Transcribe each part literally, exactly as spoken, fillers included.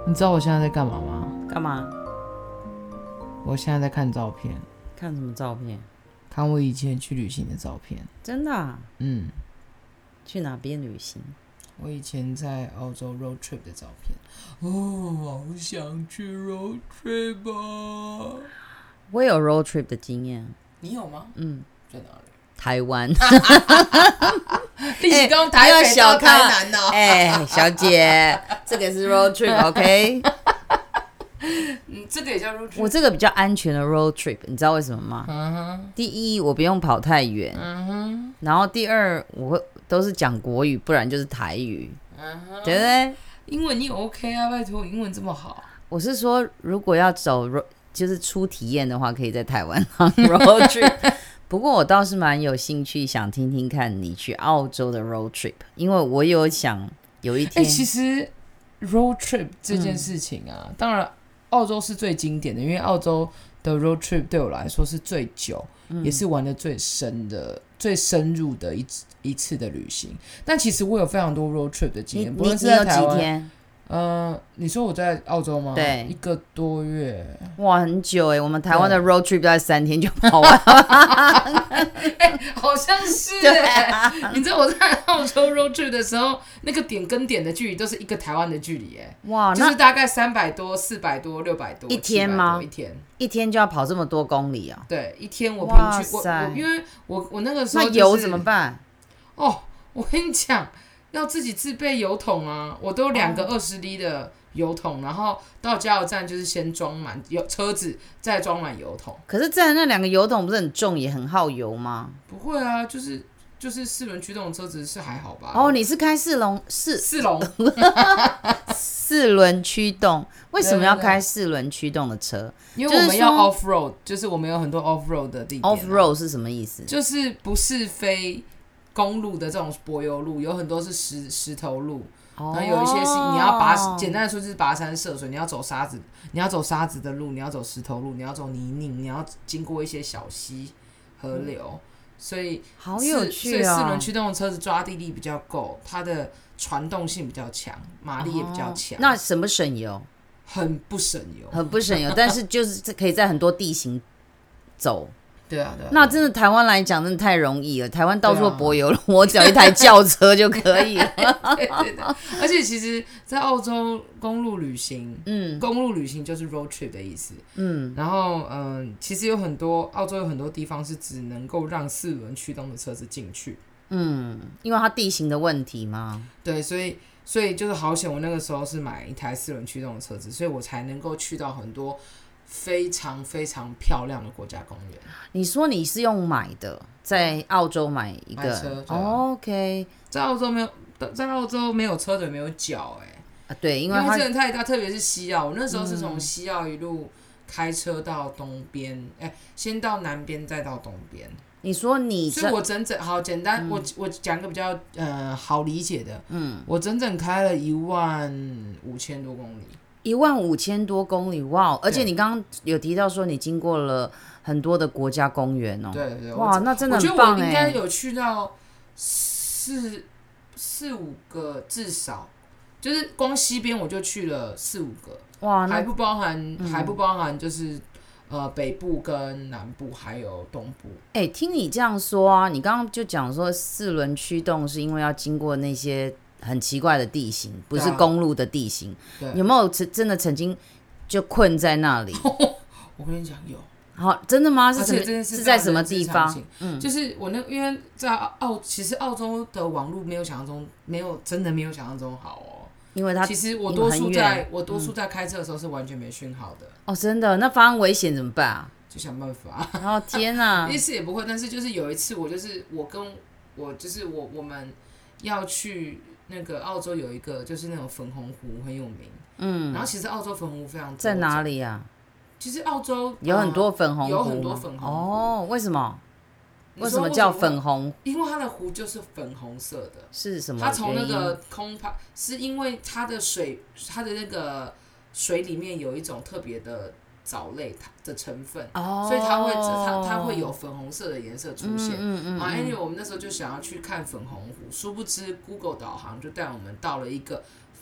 你知道我现在在干嘛吗？ 干嘛？ 我现在在看照片。 看什么照片？ 看我以前去旅行的照片。 真的啊？ 嗯。 去哪边旅行？ 我以前在澳洲 road trip 的照片。哦，好想去 road trip 啊！ 我有 road trip 的经验。 你有吗？ 嗯。 在哪里？ 台湾。 你是讲台北到台南哦？ 哎、欸，小姐，这个是 road trip，OK？、Okay? 嗯，这个也叫 road trip。 我这个比较安全的 road trip， 你知道为什么吗？ 嗯哼。 第一，我不用跑太远。 嗯哼。 然后第二，我会都是讲国语，不然就是台语。 嗯哼。 对不对？ 英文你也 OK 啊，拜托，英文这么好。 我是说，如果要走就是初体验的话，可以在台湾当 road trip。不过我倒是蛮有兴趣，想听听看你去澳洲的 road trip， 因为我有想有一天。 哎、欸，其实 road trip 这件事情啊，嗯、当然澳洲是最经典的，因为澳洲的 road trip 对我来说是最久，嗯、也是玩的最深的、最深入的一一次的旅行。但其实我有非常多 road trip 的经验，不论是在台湾。你有几天？呃，你说我在澳洲吗？ 对， 一个多月。 哇，很久哎！我们台湾的 road trip 大概三天就跑完。 哎、好像是哎、啊。你知道我在澳洲 road trip 的时候，那个点跟点的距离都是一个台湾的距离哎。哇，就是大概三百多、四百多、六百多。 一天吗？ 一天。 一天就要跑这么多公里啊？ 对，一天我平均我我因为我我那个时候、就是、 那油怎么办？ 哦，我跟你讲。要自己自备油桶啊！我都有两个二十厘的油桶，然后到加油站就是先装满油车子，再装满油桶。 可是站那两个油桶不是很重，也很耗油吗？ 不会啊，就是就是四轮驱动的车子是还好吧？ 哦，你是开四轮四四轮四轮驱动？为什么要开四轮驱动的车？ 因为我们要 off road， 就是我们有很多 off road 的地点、啊。 off road 是什么意思？ 就是不是非公路的这种柏油路，有很多是 石, 石头路，然后有一些是你要跋，简单的说就是跋山涉水，你要走沙子，你要走沙子的路，你要走石头路，你要走泥泞，你要经过一些小溪、河流，嗯、所以好有趣哦。所以四轮驱动的车子抓地力比较够，它的传动性比较强，马力也比较强、哦。 那省不省油？ 很不省油， 很不省油，但是就是可以在很多地形走。 对啊，对啊， 那真的台湾来讲真的太容易了，台湾到处柏油了、啊，我只要一台轿车就可以了。 对对对，而且其实，在澳洲公路旅行，嗯，公路旅行就是 road trip 的意思，嗯，然后嗯，其实有很多澳洲有很多地方是只能够让四轮驱动的车子进去， 嗯，因为它地形的问题嘛。 对，所以所以就是好险，我那个时候是买一台四轮驱动的车子，所以我才能够去到很多非常非常漂亮的国家公园。 你说你是用买的，在澳洲买一个？ 买车、啊哦、OK， 在澳洲没有，在澳洲没有车的没有脚哎、欸啊。对，因为它因为真的太大，特别是西澳，我那时候是从西澳一路开车到东边，哎、嗯欸，先到南边，再到东边。 你说你， 所以我整整好简单，嗯、我我讲个比较呃好理解的，嗯，我整整开了一万五千多公里。 一万五千多公里，哇！而且你刚刚有提到说你经过了很多的国家公园哦， 对对， 哇，那真的很棒哎！ 我觉得我应该有去到四四五个，至少就是光西边我就去了四五个，哇，还不包含、嗯、还不包含就是呃北部跟南部还有东部。 哎、欸，听你这样说啊，你刚刚就讲说四轮驱动是因为要经过那些很奇怪的地形，不是公路的地形。对，有没有真的曾经就困在那里？ 我跟你讲，有。 好，真的吗？是什么？ 是是在什么地方？ 嗯，就是我那，因为在澳，其实澳洲的网络没有想象中，没有真的没有想象中好哦。 因为它其实我多数在我多数在开车的时候是完全没讯号的。嗯、 哦，真的？那发生危险怎么办啊？ 就想办法。 哦天哪！ 一次也不会，但是就是有一次，我就是我跟我就是我我们要去。那个澳洲有一个就是那种粉红湖很有名，嗯，然后其实澳洲粉红湖非常多。 在哪里啊？ 其实澳洲有很多粉红湖、呃， 有很多粉红湖。 哦，为什么？为什么叫粉红？ 因为它的湖就是粉红色的。 是什么？ 它从那个空拍，是因为它的水，它的那个水里面有一种特别的藻类的成分，哦、所以它会它它会有粉红色的颜色出现。嗯嗯嗯。啊 ，anyway， 我们那时候就想要去看粉红湖，殊不知 Google 导航就带我们到了一个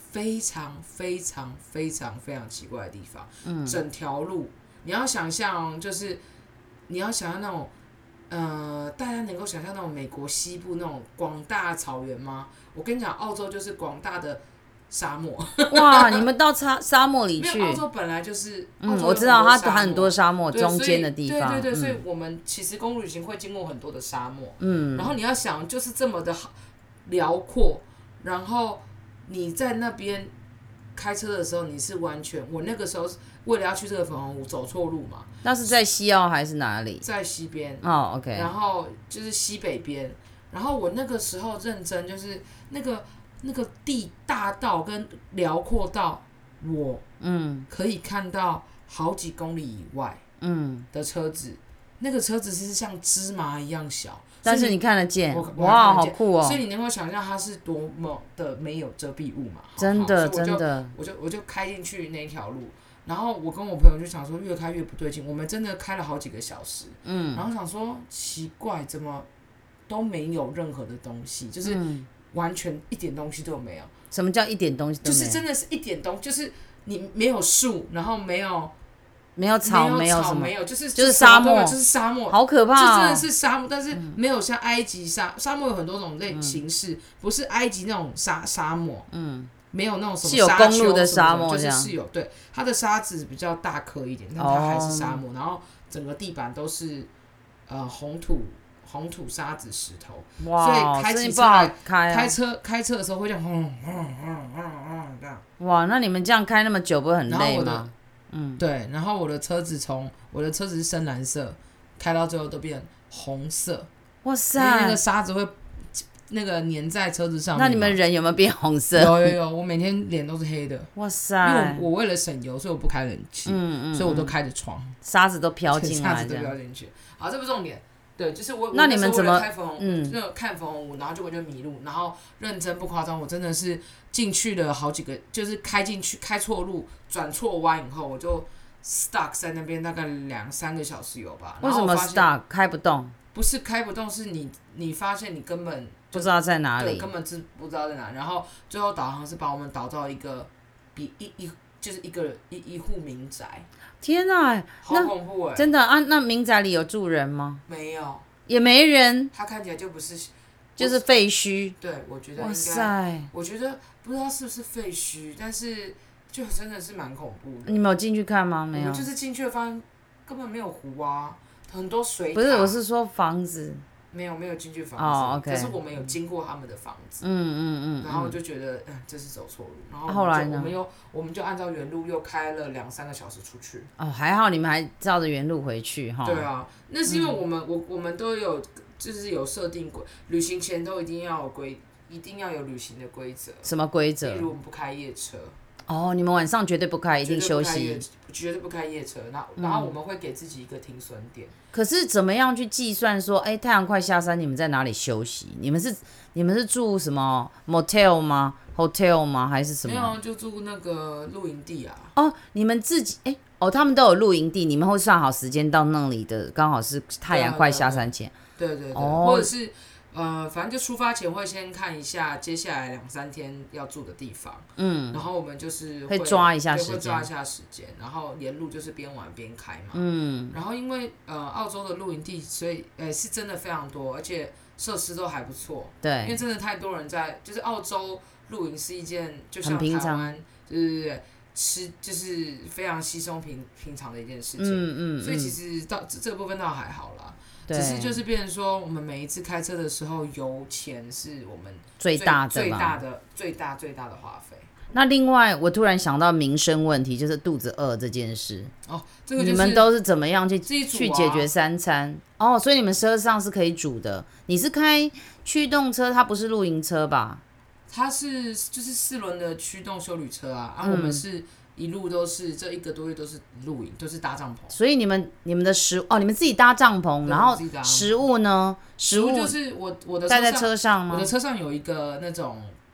非常非常非常非常奇怪的地方。嗯，整条路你要想象，就是你要想象那种，呃，大家能够想象那种美国西部那种广大草原吗？我跟你讲，澳洲就是广大的沙漠。 哇，你们到沙沙漠里去？ 澳洲本来就是， 嗯，我知道它很多沙漠中间的地方。 对对对， 嗯、 所以我们其实公路旅行会经过很多的沙漠。嗯，然后你要想，就是这么的辽阔，然后你在那边开车的时候，你是完全，我那个时候为了要去这个粉红湖，走错路嘛。 那是在西澳还是哪里？ 在西边。 哦 ，OK。 然后就是西北边，然后我那个时候认真，就是那个。那个地大到跟辽阔到我嗯可以看到好几公里以外嗯的车子，那个车子是像芝麻一样小， 但是你看得见，哇，好酷哦！ 所以你能够想象它是多么的没有遮蔽物嘛？ 真的真的， 我就我就开进去那条路，然后我跟我朋友就想说，越开越不对劲，我们真的开了好几个小时，嗯，然后想说奇怪，怎么都没有任何的东西，就是。嗯完全一点东西都没有。 什么叫一点东西都没有？ 就是真的是一点东西，就是你没有树，然后没有没有草，没有草， 什么， 没有，就是就是沙漠， 就是沙漠， 好可怕、哦！ 就真的是沙漠，但是没有像埃及沙沙漠有很多种类形式，嗯、不是埃及那种沙沙漠，嗯，没有那种什么沙丘， 是有公路的沙漠就是是有对它的沙子比较大颗一点，但它还是沙漠，哦、然后整个地板都是呃红土。红土沙子石头，所以开起车来开、啊、 开车开车的时候会这样轰轰轰轰轰这样。 哇，那你们这样开那么久不会很累吗？ 嗯，对。然后我的车子从我的车子是深蓝色，开到最后都变红色。 哇塞！ 因为那个沙子会那个粘在车子上面。 那你们人有没有变红色？ 有有有，我每天脸都是黑的。 哇塞！ 因为我我为了省油，所以我不开冷气，嗯嗯，所以我都开着窗， 沙子都飘进来， 沙子都飘进去。好，这不是重点。对，就是我。 那你们怎么开粉红湖？嗯，就看粉红湖，然后结果就迷路，然后认真不夸张，我真的是进去了好几个，就是开进去开错路，转错弯以后，我就 stuck 在那边大概两三个小时有吧。 为什么 stuck 开不动？ 不是开不动，是你你发现你根本不知道在哪里， 对，根本是不知道在哪。然后最后导航是把我们导到一个比一一就是一个一一户民宅。 天啊， 好恐怖哎、欸！ 真的啊，那民宅里有住人吗？ 没有， 也没人。 他看起来就不是， 就是废墟。 对，我觉得应该。 哇塞！ 我觉得不知道是不是废墟，但是就真的是蛮恐怖的。 你们有进去看吗？没有。 我们就是进去发现根本没有湖啊，很多水塔。 不是，我是说房子。 没有没有进去房子， 哦 OK， 可是我们有经过他们的房子， 嗯嗯嗯， 然后就觉得，嗯，这是走错路，然后后来呢， 我们又我们就按照原路又开了两三个小时出去。 哦，还好你们还照着原路回去哈。 对啊，那是因为我们、嗯、我我们都有就是有设定规，旅行前都一定要有规，一定要有旅行的规则。 什么规则？ 例如我们不开夜车。 哦，你们晚上绝对不开，一定休息， 绝对不开夜车。然后，然后我们会给自己一个停损点。 可是怎么样去计算说，哎，太阳快下山，你们在哪里休息？你们是你们是住什么 motel 吗 ？hotel 吗？还是什么？ 没有，就住那个露营地啊。 哦，你们自己哎，哦，他们都有露营地，你们会算好时间到那里的，刚好是太阳快下山前。 对对对，哦、或者是。呃，反正就出发前会先看一下接下来两三天要住的地方，嗯，然后我们就是会, 会抓一下时间， 会抓一下时间，然后沿路就是边玩边开嘛，嗯，然后因为呃澳洲的露营地，所以呃是真的非常多，而且设施都还不错， 对， 因为真的太多人在，就是澳洲露营是一件就像台湾，对对对，吃就是非常稀松平平常的一件事情，嗯嗯，所以其实到这这个部分倒还好啦。只是就是变成说，我们每一次开车的时候，油钱是我们 最, 最大的最大的最大最大的花费。 那另外，我突然想到民生问题，就是肚子饿这件事。 哦，这个就是、 你们都是怎么样去、 啊、 去解决三餐？哦，所以你们车上是可以煮的。你是开驱动车，它不是露营车吧？ 它是就是四轮的驱动休旅车啊，而、啊嗯、我们是。一路都是这一个多月都是露营，都是搭帐篷。 所以你们你们的食哦，你们自己搭帐篷，然后食物呢？ 食物就是我我的带在车上吗？ 我的车上有一个那种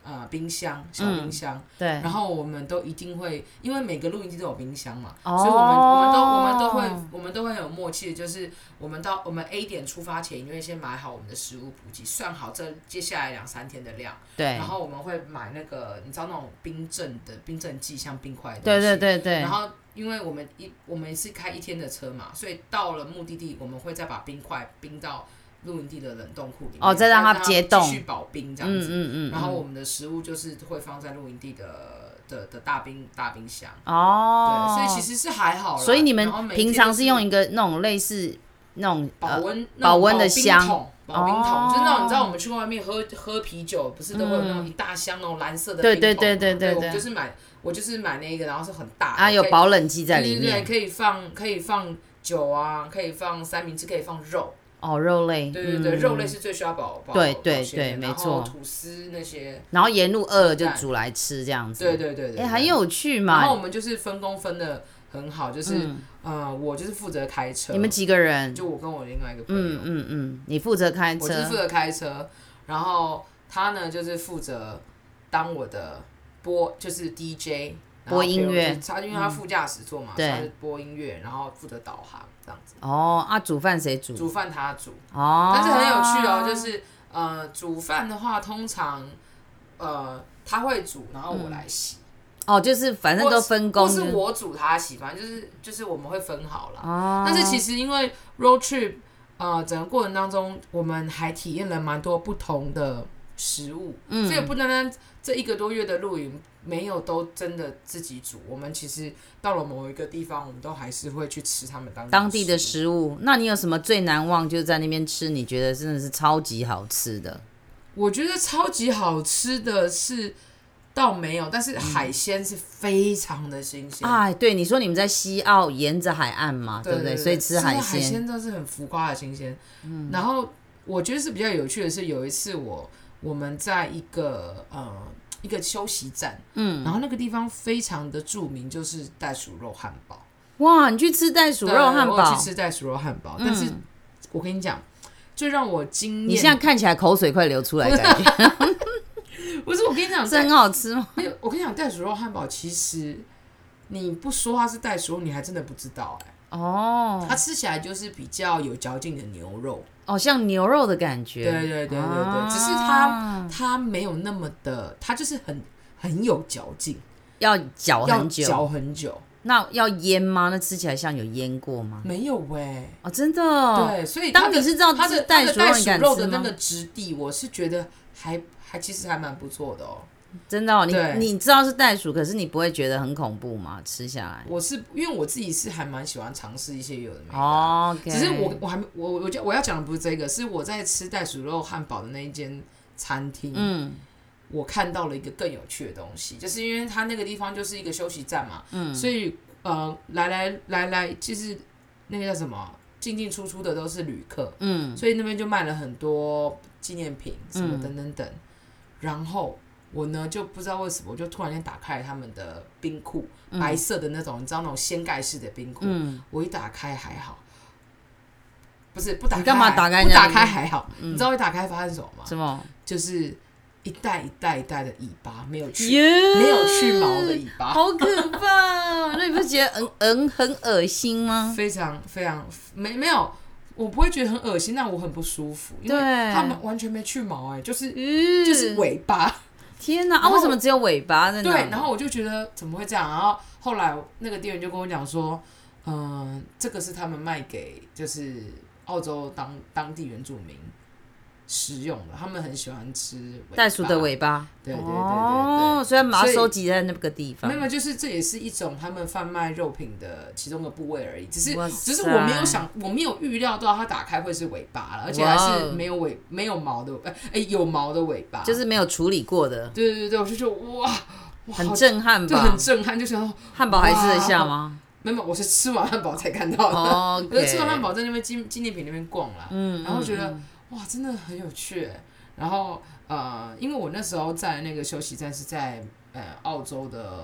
呃冰箱小冰箱， 嗯、对， 然后我们都一定会，因为每个露营地都有冰箱嘛， 哦、 所以我们我们都我们都会我们都会很有默契的，就是我们到我们 A 点出发前，因为先买好我们的食物补给，算好这接下来两三天的量， 对， 然后我们会买那个你知道那种冰镇的冰镇剂，像冰块的东对西， 对对对， 然后因为我们一我们是开一天的车嘛，所以到了目的地，我们会再把冰块冰到露营地的冷冻库里面， 哦，再让它结冻， 继续保冰这样子。 嗯嗯嗯。 然后我们的食物就是会放在露营地的的的大冰大冰箱。 哦。 对，所以其实是还好啦。 所以你们平常是用一个那种类似那种保温、 呃、保温的箱。 保冰桶，哦、就是那种你知道我们去外面喝喝啤酒，不是都会有那种一大箱那种蓝色的冰桶、嗯？对对对对对。我们就是买，我就是买那个，然后是很大的啊，有保冷剂在里面。 对对对，可以放可以放酒啊，可以放三明治，可以放肉。 哦，肉类。 对对对，嗯、肉类是最需要保保对对对，没错。 吐司那些， 然后沿路饿了就煮来吃这样子。 对对对对。 哎、欸，很有趣嘛。 然后我们就是分工分的很好，就是、嗯呃、我就是负责开车。 你们几个人？ 就我跟我另外一个朋友。 嗯嗯嗯，你负责开车。 我就是负责开车，然后他呢就是负责当我的播，就是 D J。 播音乐， 他因为他副驾驶座嘛， 嗯、 所以他就播音乐，然后负责导航这样子。 哦，啊，煮饭谁煮？ 煮饭他煮。 哦。 但是很有趣哦，就是呃，煮饭的话，通常呃他会煮，然后我来洗。 嗯、哦，就是反正都分工。 或是我煮他洗，反正就是就是我们会分好了。哦。但是其实因为 road trip， 呃，整个过程当中，我们还体验了蛮多不同的食物，嗯、所以不单单这一个多月的露营。没有都真的自己煮，我们其实到了某一个地方，我们都还是会去吃他们当地当地的食物。那你有什么最难忘，就是在那边吃，你觉得真的是超级好吃的？ 我觉得超级好吃的是倒没有，但是海鲜是非常的新鲜。 哎、嗯，对，你说你们在西澳沿着海岸嘛，对不对？所以吃海鲜， 海鲜都是很浮夸的新鲜。嗯，然后我觉得是比较有趣的是，有一次我我们在一个呃。一个休息站，嗯，然后那个地方非常的著名，就是袋鼠肉汉堡。 哇，你去吃袋鼠肉汉堡？ 我去吃袋鼠肉汉堡，嗯、但是我跟你讲，最让我惊艳， 你现在看起来口水快流出来，感觉。 不是，我跟你讲， 是很好吃吗？ 没有，我跟你讲，袋鼠肉汉堡其实你不说它是袋鼠肉，你还真的不知道哎、欸。哦，它吃起来就是比较有嚼劲的牛肉。 哦，像牛肉的感觉。 对对对对对，啊、只是它它没有那么的，它就是很很有嚼劲， 要嚼很久， 要嚼很久。 那要腌吗？那吃起来像有腌过吗？ 没有哎、欸， 哦，真的、哦。 对，所以当你是知道它的袋鼠肉肉的那个质地，我是觉得还还其实还蛮不错的哦。 真的哦，你你知道是袋鼠，可是你不会觉得很恐怖吗？吃下来， 我是因为我自己是还蛮喜欢尝试一些有的没的、 哦 okay、 只是我我还我我我要讲的不是这个，是我在吃袋鼠肉汉堡的那一间餐厅，嗯，我看到了一个更有趣的东西，就是因为它那个地方就是一个休息站嘛，嗯，所以呃来来来来，就是那个叫什么进进出出的都是旅客，嗯，所以那边就卖了很多纪念品什么等等等，嗯、然后。我呢就不知道为什么，我就突然间打开他们的冰库，嗯、白色的那种，你知道那种掀盖式的冰库。嗯、我一打开还好，不是不打开， 你干嘛打开？ 不打开还好，嗯、你知道一打开发生什么吗？ 什么？ 就是一袋一袋一袋的尾巴，没有去、yeah! 没有去毛的尾巴， 好可怕！那你不觉得很很很恶心吗？ 非常非常没没有。我不会觉得很恶心，但我很不舒服，因为他们完全没去毛、欸，哎，就是、嗯、就是尾巴。 天哪！啊，为什么只有尾巴在那？ 对，然后我就觉得怎么会这样？然后后来那个店员就跟我讲说，嗯、呃，这个是他们卖给就是澳洲当当地原住民食用的，他们很喜欢吃袋鼠的尾巴。 对对对对对， 哦，所以把它收集在那个地方。 没有，就是这也是一种他们贩卖肉品的其中的部位而已。只是只是我没有想，我没有预料到它打开会是尾巴了，而且还是没有尾没有毛的，哎、欸、有毛的尾巴， 就是没有处理过的。 对对对，我就觉得哇，哇很震撼吧？ 就很震撼，就想说汉堡还吃得下吗？ 没有，我是吃完汉堡才看到的。 Oh, okay. 我是吃完汉堡在那边纪纪念品那边逛啦，嗯，然后觉得、嗯、哇，真的很有趣。然后呃，因为我那时候在那个休息站是在呃澳洲的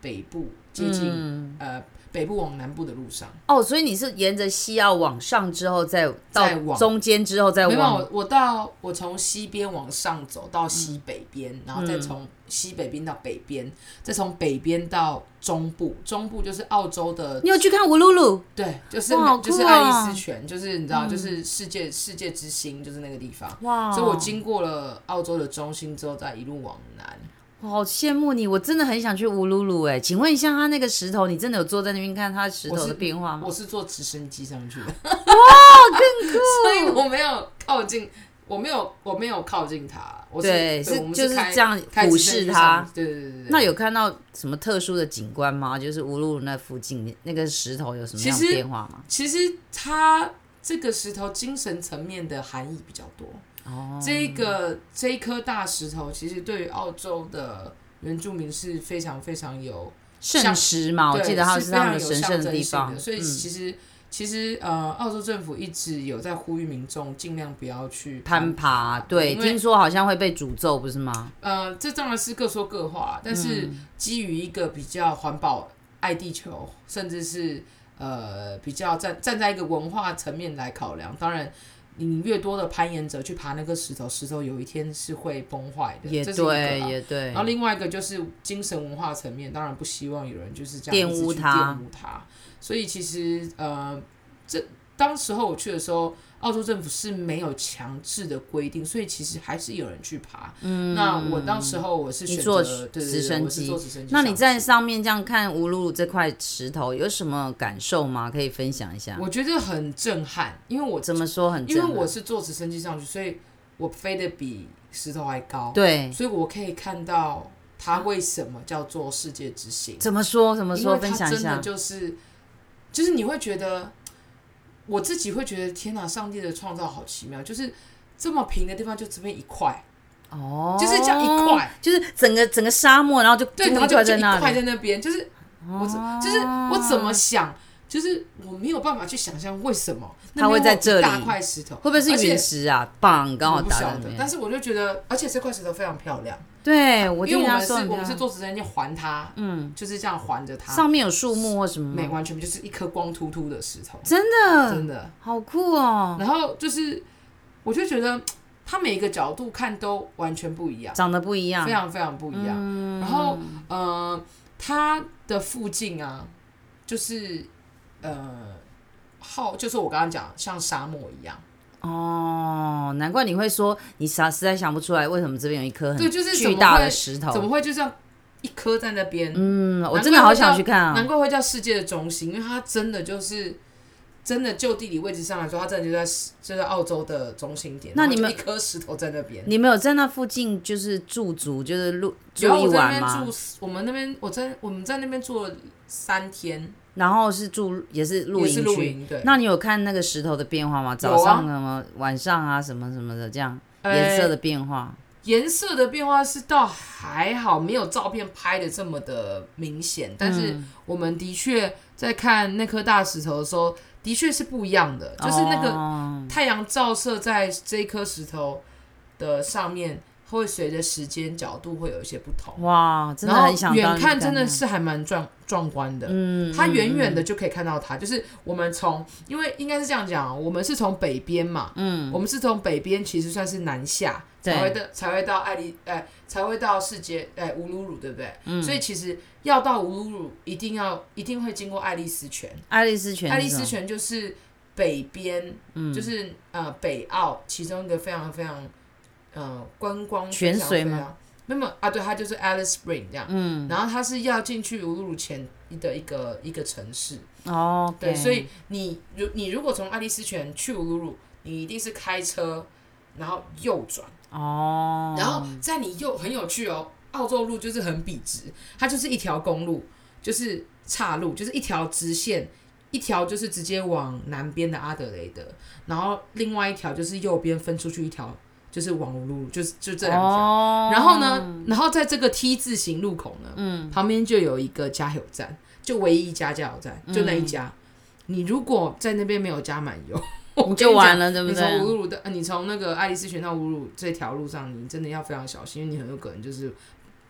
北部，接近、嗯、呃北部往南部的路上。 哦，所以你是沿着西澳往上之后，再到中间之后再往？ 没有，我我到我从西边往上走到西北边、嗯，然后再从西北边到北边，再从北边到中部。中部就是澳洲的。 你有去看乌鲁鲁？ 对，就是、哦、就是爱丽丝泉，就是你知道，嗯、就是世界世界之星，就是那个地方。哇！所以我经过了澳洲的中心之后，再一路往南。 我好羡慕你，我真的很想去乌鲁鲁哎！请问一下，他那个石头，你真的有坐在那边看它石头的变化吗？ 我是, 我是坐直升机上去的。 哇，更酷！ 所以我没有靠近，我没有，我没有靠近它。我是对， 是是就是这样俯视它。对对对对。那有看到什么特殊的景观吗？就是乌鲁鲁那附近那个石头有什么样的变化吗？ 其实, 其实它这个石头精神层面的含义比较多。哦、这个这一颗大石头其实对于澳洲的原住民是非常非常有圣石嘛，我记得它是他们的神圣的地方， 所以其实、嗯、其实呃，澳洲政府一直有在呼吁民众尽量不要去攀爬，对，听说好像会被诅咒，不是吗？ 呃，这当然是各说各话，但是基于一个比较环保、爱地球，甚至是呃比较站站在一个文化层面来考量，当然。你越多的攀岩者去爬那个石头，石头有一天是会崩坏的， 也这是一个对，也对。 然后另外一个就是精神文化层面，当然不希望有人就是这样一直去玷污它。所以其实呃，这当时候我去的时候，澳洲政府是没有强制的规定，所以其实还是有人去爬。嗯，那我当时候我是选择直升机， 那你在上面这样看乌鲁鲁这块石头，有什么感受吗？可以分享一下。 我觉得很震撼，因为我怎么说很震撼？ 因为我是坐直升机上去，所以我飞得比石头还高。 对， 所以我可以看到它为什么叫做世界之星。 怎么说？怎么说？分享一下。 因为它真的就是，就是你会觉得。我自己会觉得天哪，上帝的创造好奇妙，就是这么平的地方就这边一块，哦，就是这样一块， 就是整个整个沙漠，然后就对，然后就就一块在那边，就是我、哦、就是我怎么想，就是我没有办法去想象为什么它会在这里大块石头， 会不会是陨石啊？棒，刚好打在那边。 但是我就觉得，而且这块石头非常漂亮。 对，我因为我们是我们是坐直升机环它，嗯，就是这样环着它。 上面有树木或什么吗？ 没，完全就是一颗光秃秃的石头。 真的， 真的， 好酷哦。 然后就是，我就觉得它每一个角度看都完全不一样， 长得不一样， 非常非常不一样。嗯、然后呃，它的附近啊，就是呃，好，就是我刚刚讲像沙漠一样。 哦，难怪你会说你实在想不出来为什么这边有一颗很巨大的石头， 怎么会就这样一颗在那边？ 嗯，我真的好想去看啊！ 难怪会叫世界的中心，因为它真的就是真的就地理位置上来说，它真的就在就在澳洲的中心点。 那你们一颗石头在那边， 你们有在那附近就是驻足，就是住住一晚吗？ 我们那边我在我们在那边住了三天。 然后是住也是露营区，那你有看那个石头的变化吗？早上什么、啊、晚上啊什么什么的，这样颜色的变化。 颜、欸、色的变化是倒还好，没有照片拍的这么的明显。但是我们的确在看那颗大石头的时候，的确是不一样的，就是那个太阳照射在这一颗石头的上面。会随着时间角度会有一些不同， 哇，真的很想到远看真的是还蛮壮壮观的，嗯，它远远的就可以看到它，就是我们从，因为应该是这样讲，我们是从北边嘛，嗯，我们是从北边其实算是南下才会到才会到爱丽，呃，才会到世界，呃，乌鲁鲁，对不对？嗯，所以其实要到乌鲁鲁，一定要一定会经过爱丽丝泉， 爱丽丝泉， 爱丽丝泉就是北边，嗯，就是呃北澳其中一个非常非常。呃，观光泉水吗？ 没有啊，对，它就是 Alice Spring 这样。嗯，然后它是要进去乌鲁鲁前的一个一个城市。 哦， okay. 对，所以你如你如果从爱丽丝泉去乌鲁鲁，你一定是开车，然后右转。哦。然后在你右很有趣哦，澳洲路就是很笔直，它就是一条公路，就是岔路，就是一条直线。一条就是直接往南边的阿德雷德，然后另外一条就是右边分出去一条。就是往乌鲁鲁，就是就这两条、哦。然后呢，然后在这个 T 字形路口呢，嗯，旁边就有一个加油站，就唯一一家加油站，就那一家。嗯、你如果在那边没有加满油， 你就完了，对不对？ 你从乌鲁鲁的，你从那个爱丽丝泉到乌鲁鲁这条路上，你真的要非常小心，因为你很有可能就是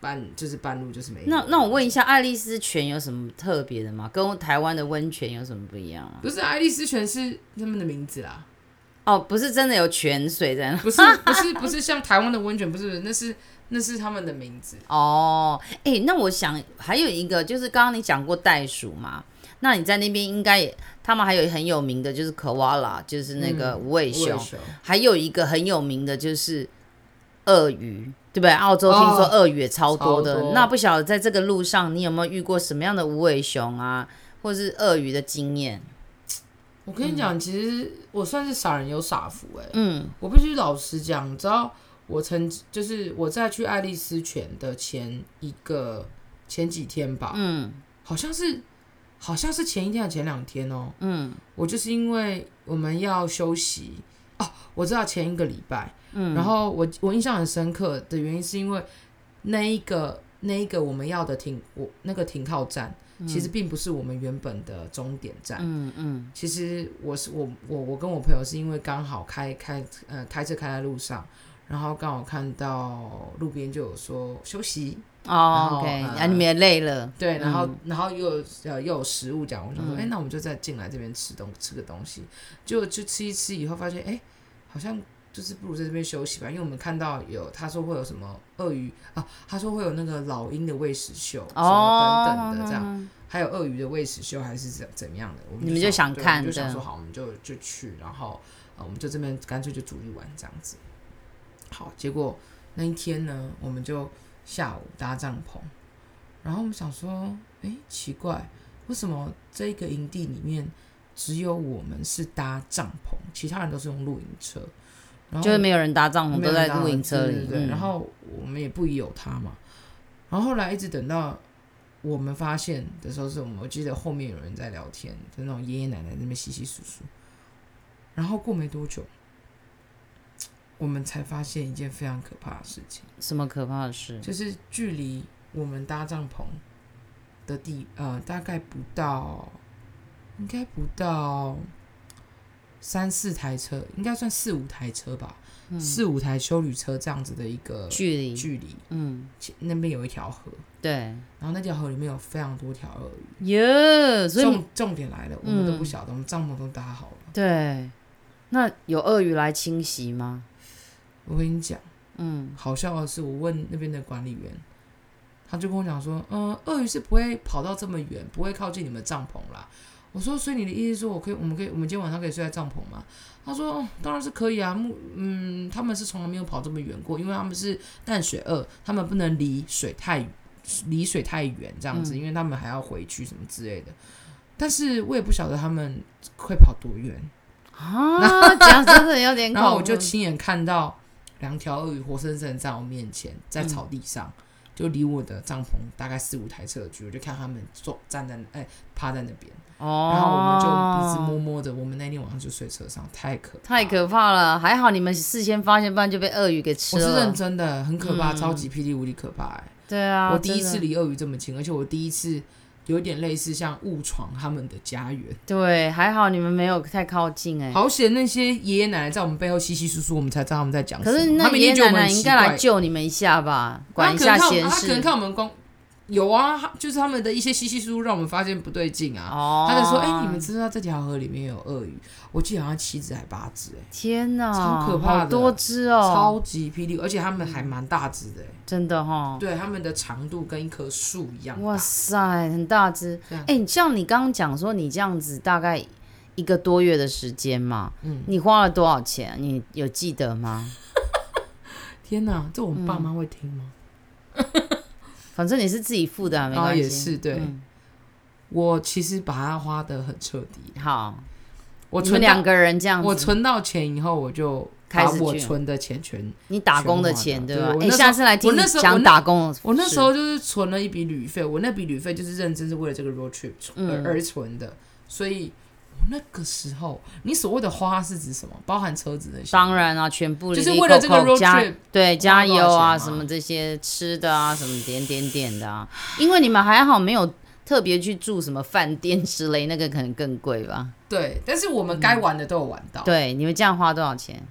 半就是半路就是没有。 那那我问一下，爱丽丝泉有什么特别的吗？跟台湾的温泉有什么不一样吗？ 不是，爱丽丝泉是他们的名字啦。 哦，不是真的有泉水在那， 不是不是不是像台湾的温泉，不是，那是那是他们的名字。 哦，哎、欸，那我想还有一个就是刚刚你讲过袋鼠嘛，那你在那边应该也，他们还有很有名的就是 koala， 就是那个无尾熊、嗯，还有一个很有名的就是鳄鱼，对不对？澳洲听说鳄鱼也超多的，哦、多那不晓得在这个路上你有没有遇过什么样的无尾熊啊，或是鳄鱼的经验？ 我跟你讲、嗯，其实我算是傻人有傻福哎、欸。嗯，我必须老实讲，你知道，我曾就是我在去爱丽丝泉的前一个前几天吧，嗯，好像是好像是前一天还是前两天哦，嗯，我就是因为我们要休息哦，我知道前一个礼拜，嗯，然后我我印象很深刻的原因是因为那一个那一个我们要的停我那个停靠站。其实并不是我们原本的终点站。嗯嗯。其实我是我我我跟我朋友是因为刚好开开呃开车开在路上，然后刚好看到路边就有说休息。 哦 ，OK， 啊、呃，你们也累了。 对，然后、嗯、然后又有呃又有食物讲，我想说，哎、嗯欸，那我们就再进来这边吃东吃个东西，就就吃一吃以后发现，哎、欸，好像。就是不如在这边休息吧，因为我们看到有他说会有什么鳄鱼啊，他说会有那个老鹰的喂食秀，什么等等的这样，哦、还有鳄鱼的喂食秀还是怎怎么样的，我们就你们就想看， 我们就想说好，我们就就去，然后、呃、我们就这边干脆就住一晚这样子。好，结果那一天呢，我们就下午搭帐篷，然后我们想说，哎，奇怪，为什么这个营地里面只有我们是搭帐篷，其他人都是用露营车？ 就是没有人搭帐篷，都在露营车里。 对对对、嗯，然后我们也不疑有他嘛。然后后来一直等到我们发现的时候，是我们我记得后面有人在聊天，就那种爷爷奶奶在那边稀稀疏疏。然后过没多久，我们才发现一件非常可怕的事情。 什么可怕的事？ 就是距离我们搭帐篷的地呃，大概不到，应该不到。三四台车，应该算四五台车吧，嗯、四五台休旅车这样子的一个距离， 距离，嗯，那边有一条河， 对， 然后那条河里面有非常多条鳄鱼， 耶，所以重重点来了，我们都不晓得，嗯、我们帐篷都搭好了， 对，那有鳄鱼来侵袭吗？ 我跟你讲，嗯，好笑的是，我问那边的管理员，他就跟我讲说，嗯、呃，鳄鱼是不会跑到这么远，不会靠近你们帐篷啦。我说，所以你的意思是说，我可以，我们可以，我们今天晚上可以睡在帐篷吗？他说，哦，当然是可以啊。嗯，他们是从来没有跑这么远过，因为他们是淡水鳄，他们不能离水太离水太远这样子，嗯、因为他们还要回去什么之类的。但是我也不晓得他们会跑多远啊，讲真的有点恐怖。 然后我就亲眼看到两条鳄鱼活生生在我面前，在草地上。嗯就离我的帐篷大概四五台车的距离，我就看他们坐站在哎趴在那边，哦，然后我们就彼此摸摸的，我们那天晚上就睡车上，太可怕太可怕了。还好你们事先发现，不然就被鳄鱼给吃了。 我是认真的，很可怕，嗯、超级霹雳无敌可怕哎、欸。 对啊， 我第一次离鳄鱼这么近，而且我第一次有点类似像误闯他们的家园。 对，还好你们没有太靠近哎、欸。 好险那些爷爷奶奶在我们背后稀稀疏疏，我们才知道他们在讲什么。 可是那爷爷奶奶应该来救你们一下吧，管一下闲事。 他可能看我们光有啊，就是他们的一些稀稀疏疏让我们发现不对劲啊。哦、他就说：“哎、欸，你们知道这条河里面有鳄鱼？我记得好像七只还八只哎、欸。 天哪， 超可怕的， 好多只哦， 超级霹雳，而且他们还蛮大只的、欸， 真的哈、哦。 对，他们的长度跟一棵树一样大。 哇塞，很大只。哎、欸，像你刚刚讲说你这样子大概一个多月的时间嘛，嗯，你花了多少钱？你有记得吗？ 天哪，这我们爸妈会听吗？嗯反正你是自己付的、啊，没关系。 也是对、嗯，我其实把它花得很彻底。 好， 我存两个人这样子， 我存到钱以后，我就把我存的钱全你打工的钱对吧？哎、欸，下次来听你讲打工的。 我那时候就是存了一笔旅费，我那笔旅费就是认真是为了这个 road trip 而、嗯、而存的，所以。那个时候，你所谓的花是指什么？包含车子那些？ 当然啊，全部就是为了这个 road trip， 对，加油啊，什么这些吃的啊，什么点点点的啊。因为你们还好没有特别去住什么饭店之类，那个可能更贵吧。 对，但是我们该玩的都有玩到。 嗯、对，你们这样花多少钱？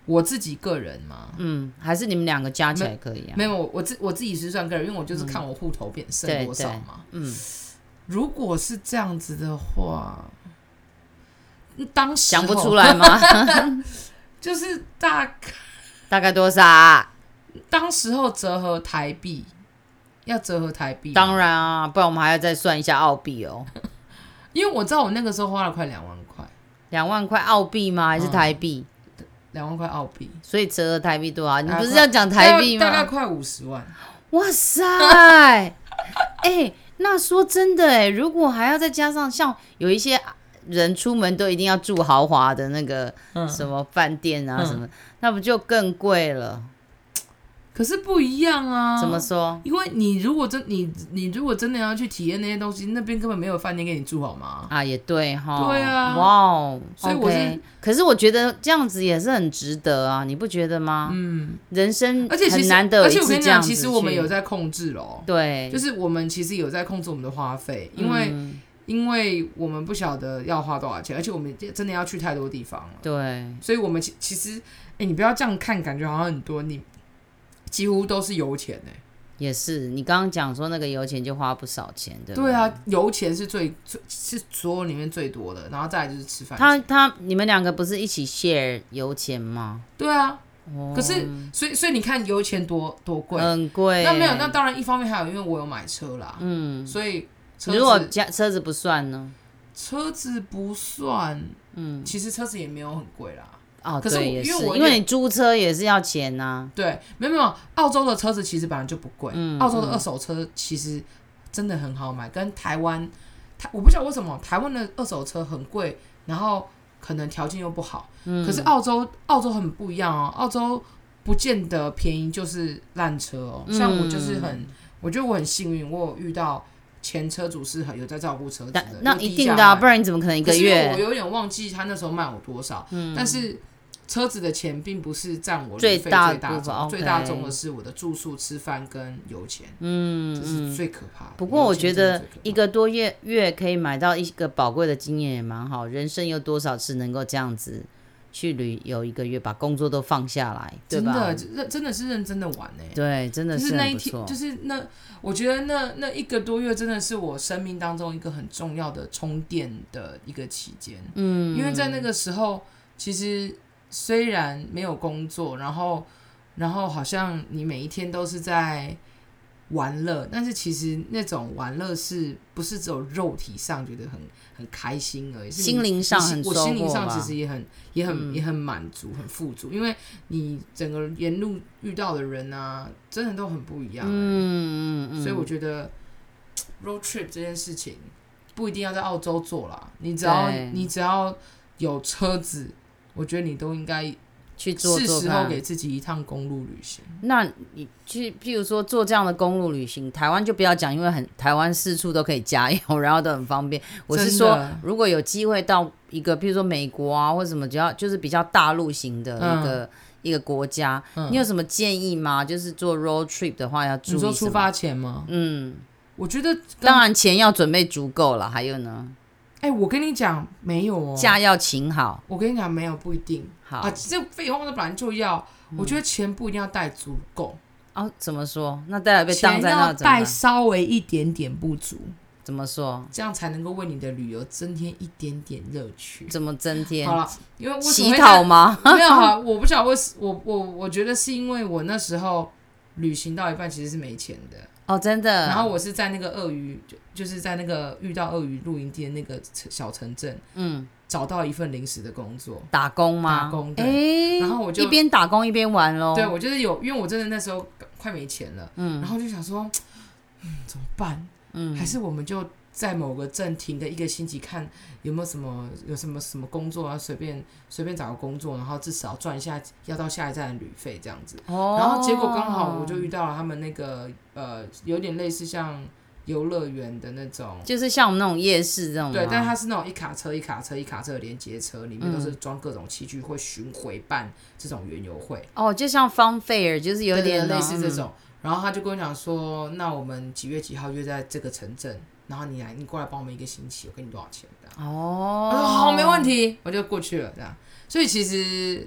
我自己个人嘛， 嗯，还是你们两个加起来可以啊？ 没有，我我自我自己是算个人，因为我就是看我户头变剩多少嘛。 嗯， 如果是这样子的话，当时想不出来吗？ 就是大概大概多少啊？ 当时候折合台币，要折合台币， 当然啊，不然我们还要再算一下澳币哦。 因为我知道我那个时候花了快两万块， 两万块澳币吗？还是台币？ 两、嗯、万块澳币， 所以折合台币多少？你不是要讲台币吗？ 大概快五十万。 哇塞！哎、欸，那说真的哎、欸，如果还要再加上像有一些人出门都一定要住豪华的那个什么饭店啊什么、嗯，那不就更贵了？ 可是不一样啊！ 怎么说？ 因为你如果真你你如果真的要去体验那些东西，那边根本没有饭店给你住，好吗？ 啊，也对哈。对啊， 哇哦， 所以我是、okay 可是我觉得这样子也是很值得啊，你不觉得吗？嗯，人生很难得有一次这样子去。而且我跟你讲， 其实我们有在控制咯。 对， 就是我们其实有在控制我们的花费，因为、嗯、因为我们不晓得要花多少钱，而且我们真的要去太多地方了。 对， 所以我们其其实，哎、欸，你不要这样看，感觉好像很多你。几乎都是油钱、欸、 也是你刚刚讲说那个油钱就花不少钱，对不对？ 对啊，油钱是最是所有里面最多的，然后再来就是吃饭。 他他你们两个不是一起 share 油钱吗？ 对啊，哦、可是所以所以你看油钱多多贵， 很贵。 那没有，那当然一方面还有因为我有买车啦，嗯，所以车如果加车子不算呢？ 车子不算，嗯，其实车子也没有很贵啦。 哦， 可是因为我因为你租车也是要钱呐、啊。 对，没有没有，澳洲的车子其实本来就不贵、嗯，澳洲的二手车其实真的很好买，跟台湾，台我不晓得为什么台湾的二手车很贵，然后可能条件又不好，嗯、可是澳洲澳洲很不一样哦，澳洲不见得便宜就是烂车哦，像我就是很，嗯、我觉得我很幸运，我有遇到。前车主是有在照顾车子的， 那一定的、啊，不然你怎么可能一个月？ 可是我有点忘记他那时候卖我多少，嗯、但是车子的钱并不是占我最大最大宗， okay 最大宗的是我的住宿、吃饭跟油钱，嗯，这是最可怕的。 不过我觉得一个多月月可以买到一个宝贵的经验也蛮好，人生有多少次能够这样子？去旅游一个月，把工作都放下来，对吧？ 真的，真的是认真的玩哎、欸。 对，真的是就是那一天，就是那，我觉得那那一个多月真的是我生命当中一个很重要的充电的一个期间。嗯，因为在那个时候，其实虽然没有工作，然后然后好像你每一天都是在玩乐，但是其实那种玩乐是不是只有肉体上觉得很很开心而已， 心灵上很收获吧。 我心灵上其实也很也很、嗯、也很满足，很富足，因为你整个沿路遇到的人啊，真的都很不一样、欸。嗯嗯嗯。所以我觉得 road trip 这件事情不一定要在澳洲做啦，你只要你只要有车子，我觉得你都应该。 去做做看， 是时候给自己一趟公路旅行。 那你去，譬如说做这样的公路旅行，台湾就不要讲，因为很台湾四处都可以加油，然后都很方便。我是说，如果有机会到一个，譬如说美国啊，或者什么，只要就是比较大陆型的一个、嗯、一个国家、嗯，你有什么建议吗？就是做 road trip 的话要注意什么？ 你说出发前吗？嗯，我觉得当然钱要准备足够了，还有呢？ 哎、欸，我跟你讲，没有哦， 假要请好。 我跟你讲，没有不一定。好啊，这废话本来就要、嗯，我觉得钱不一定要带足够。 哦，怎么说？那带了被当在那怎么办？ 钱要带稍微一点点不足。 怎么说？ 这样才能够为你的旅游增添一点点乐趣。 怎么增添？ 好了，因为为什洗么澡吗？ 没有哈，我不晓得为我我我觉得是因为我那时候旅行到一半其实是没钱的。 哦，真的。 然后我是在那个鳄鱼，就就是在那个遇到鳄鱼露营地的那个小城镇，嗯，找到一份临时的工作， 打工吗？ 打工，对。欸、然后我就一边打工一边玩咯。 对，我就是有，因为我真的那时候快没钱了，嗯，然后就想说，嗯，怎么办？嗯，还是我们就在某个镇停个一个星期，看有没有什么有什么什么工作啊，随便随便找个工作，然后至少赚一下要到下一站的旅费这样子。哦。然后结果刚好我就遇到了他们那个呃，有点类似像游乐园的那种， 就是像我们那种夜市这种。 对，但是它是那种一卡车一卡车一卡车的连接车，里面都是装各种器具，会巡回办这种园游会。 哦，就像 Fun Fair， 就是有点类似这种。嗯、然后他就跟我讲说，那我们几月几号约在这个城镇。然后你来，你过来帮我们一个星期，我给你多少钱的？哦，我说好，没问题，我就过去了，这样。所以其实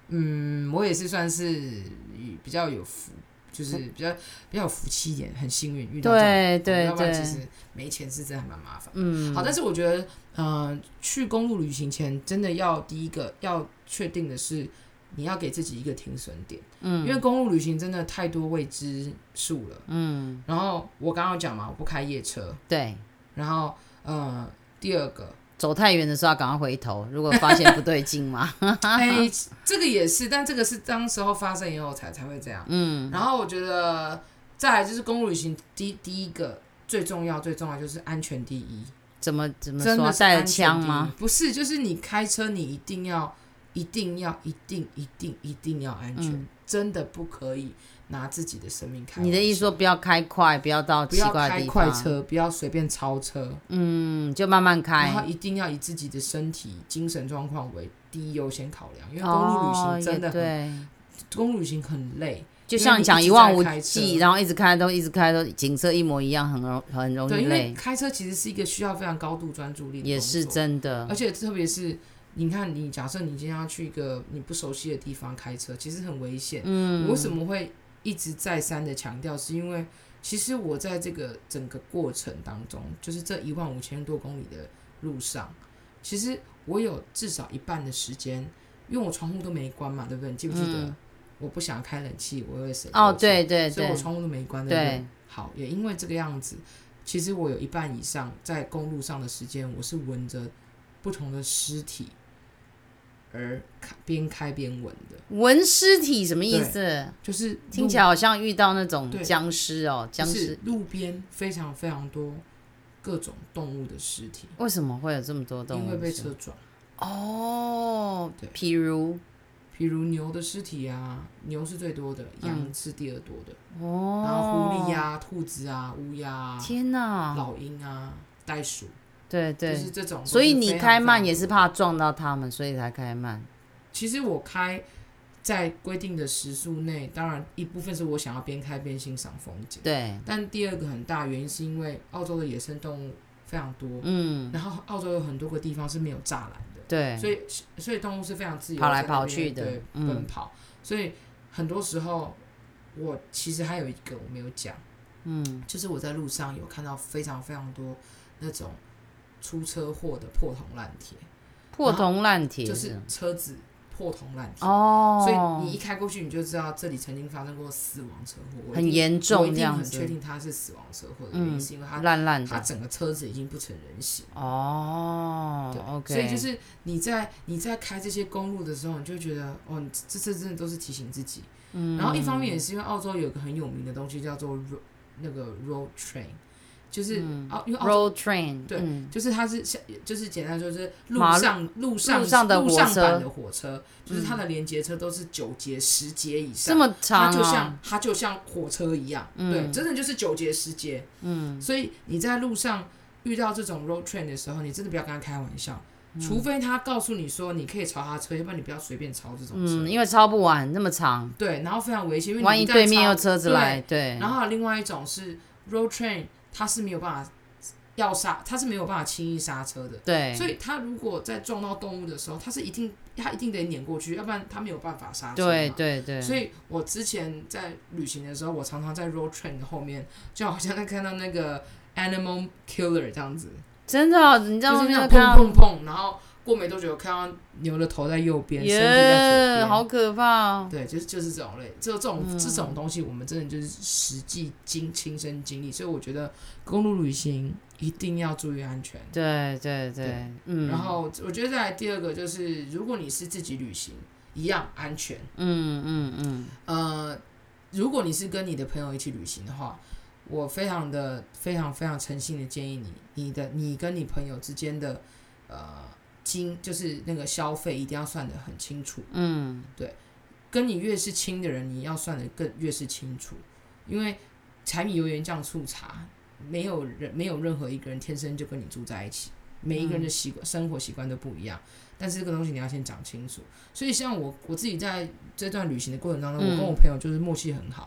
嗯，我也是算是比较有福，就是比较比较有福气一点，很幸运遇到这种， 对对要不然对， 其实没钱是真的还蛮麻烦。 嗯， 好，但是我觉得，呃，去公路旅行前，真的要第一个要确定的是，你要给自己一个停损点，嗯，因为公路旅行真的太多未知数了，嗯。然后我刚刚讲嘛，我不开夜车， 对。 然后，呃，第二个。 走太远的时候要赶快回头，如果发现不对劲嘛。 哎、欸，这个也是，但这个是当时候发生以后才才会这样。嗯，然后我觉得再来就是公路旅行第第一个最重要最重要就是安全第一。 怎么怎么说？带了枪吗？ 不是，就是你开车你一定要一定要一定一定一定要安全，嗯、真的不可以拿自己的生命开玩笑。 你的意思说不要开快，不要到奇怪的地方， 不要开快车，不要随便超车， 嗯，就慢慢开。 然后一定要以自己的身体、精神状况为第一优先考量，因为公路旅行真的很， 对， 公路旅行很累。 就像讲一望无际，然后一直开都一直开都景色一模一样，很容很容易累。 对，因为开车其实是一个需要非常高度专注力的工作， 也是真的。 而且特别是你看，你假设你今天要去一个你不熟悉的地方开车，其实很危险。嗯，我为什么会一直再三的强调？是因为其实我在这个整个过程当中，就是这一万五千多公里的路上，其实我有至少一半的时间，因为我窗户都没关嘛，对不对？你记不记得？嗯，我不想开冷气，我会省哦，对对对， 所以我窗户都没关，对不对？好，也因为这个样子，其实我有一半以上在公路上的时间，我是闻着不同的尸体而边开边闻的。 闻尸体什么意思？ 就是听起来好像遇到那种僵尸哦，僵尸。 就是路边非常非常多各种动物的尸体。 为什么会有这么多动物？ 因为被车撞。 哦，对，譬如。 比如牛的尸体啊，牛是最多的，羊是第二多的。哦、嗯，然后狐狸啊、兔子啊、乌鸦啊， 天哪， 老鹰啊、袋鼠， 对对， 就是这种。 所以你开慢也是怕撞到他们，所以才开慢。 其实我开在规定的时速内，当然一部分是我想要边开边欣赏风景。 对。 但第二个很大原因是因为澳洲的野生动物非常多，嗯，然后澳洲有很多个地方是没有栅栏的。 对， 所以所以动物是非常自由跑来跑去的， 对，奔跑。嗯、所以很多时候，我其实还有一个我没有讲，嗯，就是我在路上有看到非常非常多那种出车祸的破铜烂铁， 破铜烂铁就是车子破铜烂铁哦，所以你一开过去你就知道这里曾经发生过死亡车祸， 很严重这样子。 我一定很确定它是死亡车祸的原因，是因为它烂烂的， 它整个车子已经不成人形哦。 对 ，OK， 所以就是你在你在开这些公路的时候，你就觉得哦，这这真的都是提醒自己。嗯，然后一方面也是因为澳洲有一个很有名的东西叫做 road, 那个 road train。就是、嗯啊、因为 road train 对、 嗯， 就是它是就是简单说就是路上路上路上的路上版的火车，就是它的连接车都是九节十节以上， 这么长、啊， 它就像它就像火车一样，嗯、对，真的就是九节十节。嗯，所以你在路上遇到这种 road train 的时候，你真的不要跟他开玩笑，嗯、除非他告诉你说你可以超他车，要不然你不要随便超这种车， 嗯，因为超不完那么长， 对，然后非常危险，因为万一对面有车子来，对， 对然后还有另外一种是 road train， 它是没有办法。要刹，它是没有办法轻易刹车的， 对， 所以它如果在撞到动物的时候，它是一定，它一定得碾过去，要不然它没有办法刹车。 对对对。 所以我之前在旅行的时候，我常常在 road train 的后面，就好像在看到那个 animal killer 这样子。 真的、哦，你知道吗？ 就是那种砰砰砰，然后过没多久看到牛的头在右边， yeah, 身体在左边， 好可怕、哦。 对，就是就是这种类，这这种、嗯、这种东西，我们真的就是实际经亲身经历，所以我觉得公路旅行一定要注意安全。 对对 对, 对，嗯。 然后我觉得再来第二个就是，如果你是自己旅行，一样安全。 嗯嗯嗯。 呃，如果你是跟你的朋友一起旅行的话，我非常的非常非常诚心的建议你，你的你跟你朋友之间的呃金就是那个消费一定要算得很清楚。嗯，对，跟你越是亲的人，你要算得更越是清楚，因为柴米油盐酱醋茶。没有人，没有任何一个人天生就跟你住在一起，每一个人的习惯、嗯、生活习惯都不一样。但是这个东西你要先讲清楚。所以像我我自己在这段旅行的过程当中，嗯、我跟我朋友就是默契很好。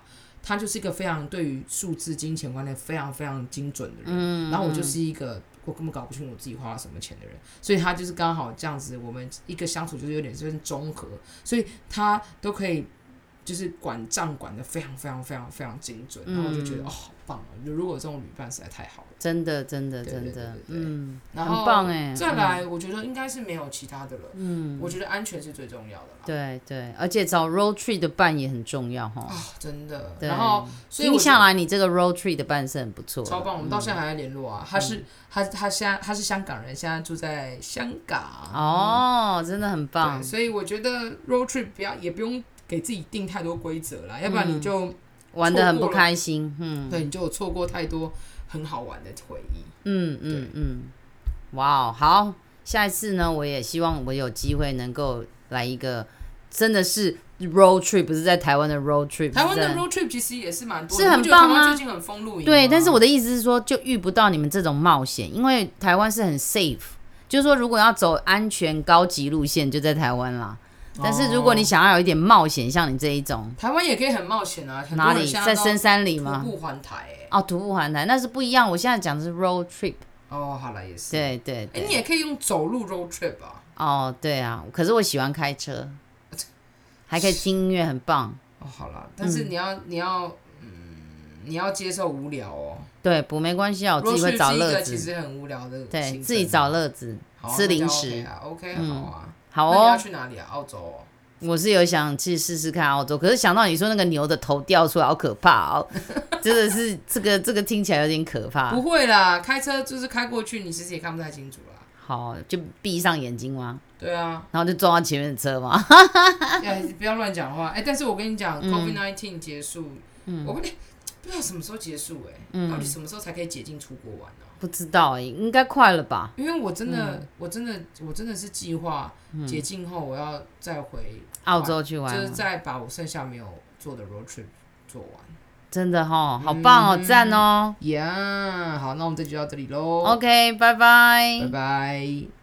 他就是一个非常对于数字金钱观念非常非常精准的人， 嗯， 然后我就是一个我根本搞不清楚我自己花了什么钱的人，所以他就是刚好这样子，我们一个相处就是有点就是中和，所以他都可以就是管账管的非常非常非常非常精准，然后我就觉得、嗯、哦好棒哦！如果有这种旅伴实在太好了， 真的真的真的， 对对对对对嗯， 然后很棒哎。 再来，我觉得应该是没有其他的了， 嗯， 我觉得安全是最重要的啦。 对对，而且找 road trip 的伴也很重要哈、 哦，真的。 对， 然后所以听下来，你这个 road trip 的伴是很不错， 超棒。我们到现在还在联络啊。嗯、他是他他现在他是香港人，现在住在香港。 哦，嗯、真的很棒。 所以我觉得 road trip 不要也不用给自己定太多规则啦，要不然你就、嗯、 玩得很不开心。嗯， 对，你就有错过太多很好玩的回忆。 嗯嗯嗯，哇、wow, 好，下一次呢，我也希望我有机会能够来一个真的是 road trip， 不是在台湾的 road trip。 台湾的 road trip 其实也是蛮多的， 是很棒啊。 最近很疯露营。 对，但是我的意思是说，就遇不到你们这种冒险，因为台湾是很 safe， 就是说如果要走安全高级路线，就在台湾啦。但是如果你想要有一点冒险，像你这一种， 台湾也可以很冒险啊。很多哪里？在深山里吗？ 徒步环台、欸。 哦，徒步环台那是不一样。我现在讲的是 road trip。 哦，好了，也是。 对对对。 哎、欸，你也可以用走路 road trip 啊。 哦，对啊，可是我喜欢开车，还可以听音乐，很棒。 哦，好了，但是你要、嗯、你要嗯，你要接受无聊哦。 对，不没关系啊，我自己会找乐子。 其实很无聊的， 对自己找乐子，吃零食。 OK 啊， OK 好啊。嗯好哦， 那你要去哪里啊？澳洲哦。 我是有想去试试看澳洲，可是想到你说那个牛的头掉出来，好可怕哦！真的是这个这个听起来有点可怕。 不会啦，开车就是开过去，你其实也看不太清楚啦。 好，就闭上眼睛吗？ 对啊， 然后就撞到前面的车吗？ 不要乱讲话。哎、欸，但是我跟你讲、嗯、，COVID 十九 结束，嗯、我不不知道什么时候结束、欸，哎、嗯，到底什么时候才可以解禁出国玩呢、啊？ 不知道、欸，应该快了吧？ 因为我真的，嗯、我真的，我真的是计划解禁后，我要再回澳洲去玩， 就是再把我剩下没有做的 road trip 做完。 真的齁，好棒哦，赞、嗯、哦！ 呀、yeah, 好，那我们这集就到这里喽。 OK， 拜拜， 拜拜。